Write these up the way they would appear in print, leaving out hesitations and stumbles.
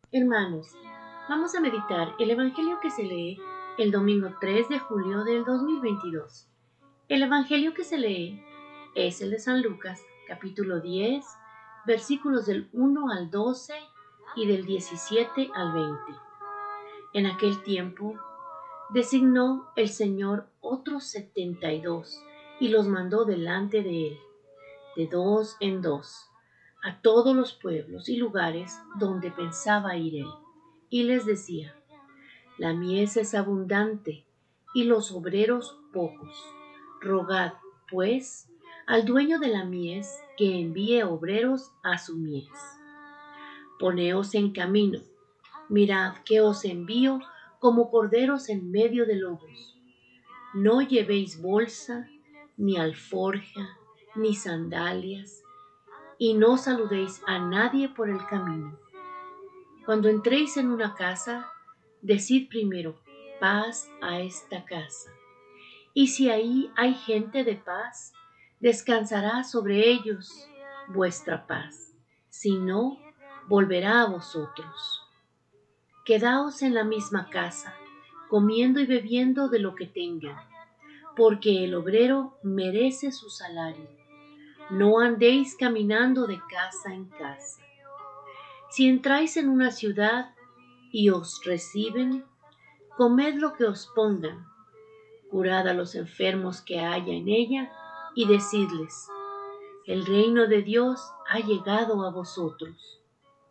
Hermanos, vamos a meditar el Evangelio que se lee el domingo 3 de julio del 2022. El Evangelio que se lee es el de San Lucas, capítulo 10, versículos del 1 al 12 y del 17 al 20. En aquel tiempo designó el Señor otros 72 y los mandó delante de él, de dos en dos, a todos los pueblos y lugares donde pensaba ir él, y les decía: la mies es abundante y los obreros pocos. Rogad, pues, al dueño de la mies que envíe obreros a su mies. Poneos en camino, mirad que os envío como corderos en medio de lobos. No llevéis bolsa, ni alforja, ni sandalias, y no saludéis a nadie por el camino. Cuando entréis en una casa, decid primero: paz a esta casa. Y si ahí hay gente de paz, descansará sobre ellos vuestra paz. Si no, volverá a vosotros. Quedaos en la misma casa, comiendo y bebiendo de lo que tengan, porque el obrero merece su salario. No andéis caminando de casa en casa. Si entráis en una ciudad y os reciben, comed lo que os pongan, curad a los enfermos que haya en ella, y decidles: el reino de Dios ha llegado a vosotros.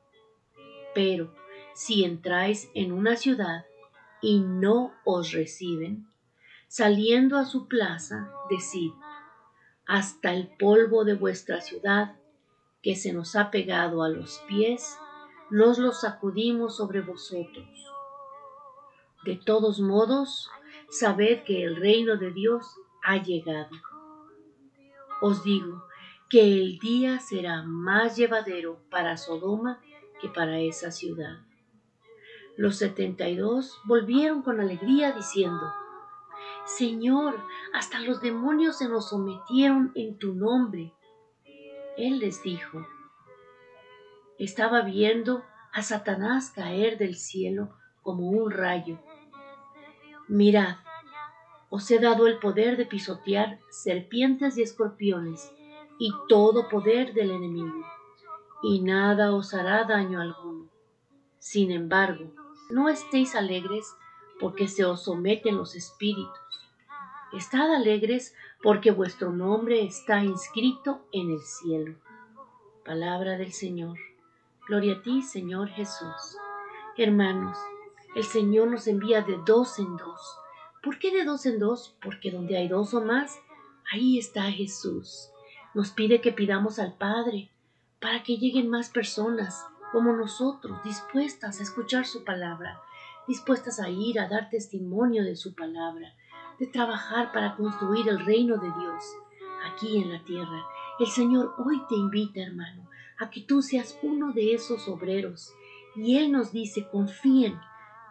Pero si entráis en una ciudad y no os reciben, saliendo a su plaza, decid: hasta el polvo de vuestra ciudad, que se nos ha pegado a los pies, nos lo sacudimos sobre vosotros. De todos modos, sabed que el reino de Dios ha llegado. Os digo que el día será más llevadero para Sodoma que para esa ciudad. Los 72 volvieron con alegría diciendo: Señor, hasta los demonios se nos sometieron en tu nombre. Él les dijo: estaba viendo a Satanás caer del cielo como un rayo. Mirad, os he dado el poder de pisotear serpientes y escorpiones y todo poder del enemigo, y nada os hará daño alguno. Sin embargo, no estéis alegres porque se os someten los espíritus. Estad alegres porque vuestro nombre está inscrito en el cielo. Palabra del Señor. Gloria a ti, Señor Jesús. Hermanos, el Señor nos envía de dos en dos. ¿Por qué de dos en dos? Porque donde hay dos o más, ahí está Jesús. Nos pide que pidamos al Padre para que lleguen más personas como nosotros, dispuestas a escuchar su palabra, dispuestas a ir a dar testimonio de su palabra, de trabajar para construir el reino de Dios aquí en la tierra. El Señor hoy te invita, hermano, a que tú seas uno de esos obreros. Y Él nos dice: confíen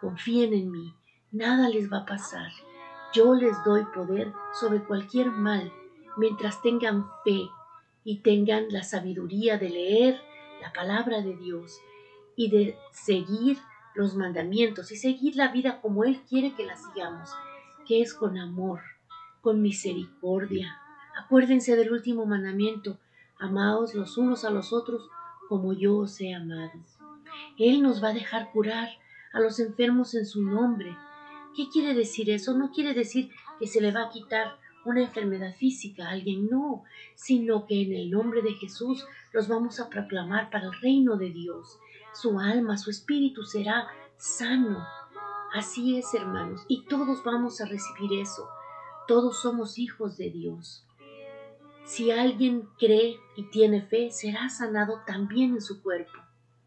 en mí, nada les va a pasar. Yo les doy poder sobre cualquier mal, mientras tengan fe y tengan la sabiduría de leer la palabra de Dios y de seguir los mandamientos y seguir la vida como Él quiere que la sigamos, que es con amor, con misericordia. Acuérdense del último mandamiento: amaos los unos a los otros como yo os he amado. Él nos va a dejar curar a los enfermos en su nombre. ¿Qué quiere decir eso? No quiere decir que se le va a quitar una enfermedad física a alguien, no, sino que en el nombre de Jesús los vamos a proclamar para el reino de Dios. Su alma, su espíritu será sano. Así es, hermanos, y todos vamos a recibir eso. Todos somos hijos de Dios. Si alguien cree y tiene fe, será sanado también en su cuerpo.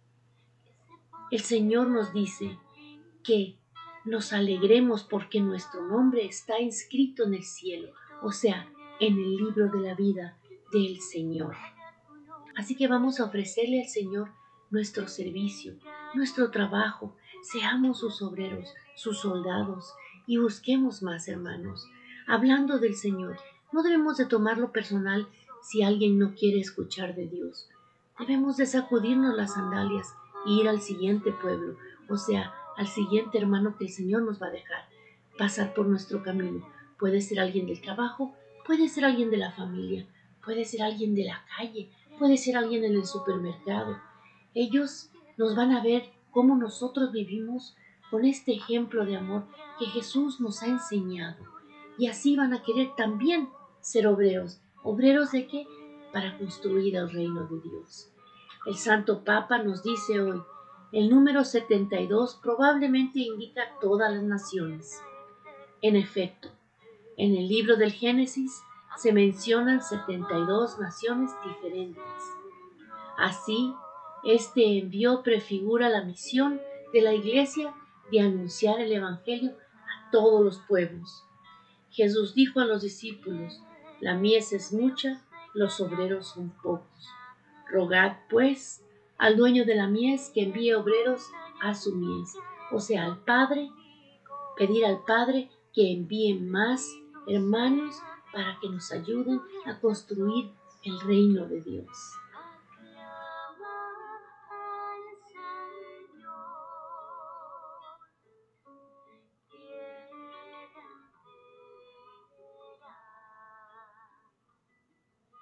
El Señor nos dice que nos alegremos porque nuestro nombre está inscrito en el cielo, o sea, en el libro de la vida del Señor. Así que vamos a ofrecerle al Señor nuestro servicio, nuestro trabajo. Seamos sus obreros, sus soldados, y busquemos más, hermanos. Hablando del Señor, no debemos de tomarlo personal si alguien no quiere escuchar de Dios. Debemos de sacudirnos las sandalias ir al siguiente pueblo, o sea, al siguiente hermano que el Señor nos va a dejar pasar por nuestro camino. Puede ser alguien del trabajo, puede ser alguien de la familia, puede ser alguien de la calle, puede ser alguien en el supermercado. Ellos nos van a ver cómo nosotros vivimos con este ejemplo de amor que Jesús nos ha enseñado. Y así van a querer también ser obreros. ¿Obreros de qué? Para construir el reino de Dios. El Santo Papa nos dice hoy, el número 72 probablemente indica todas las naciones. En efecto, en el libro del Génesis se mencionan 72 naciones diferentes. Así, este envío prefigura la misión de la Iglesia de anunciar el Evangelio a todos los pueblos. Jesús dijo a los discípulos, la mies es mucha, los obreros son pocos. Rogad, pues, al dueño de la mies que envíe obreros a su mies, o sea, al Padre, pedir al Padre que envíe más hermanos para que nos ayuden a construir el reino de Dios.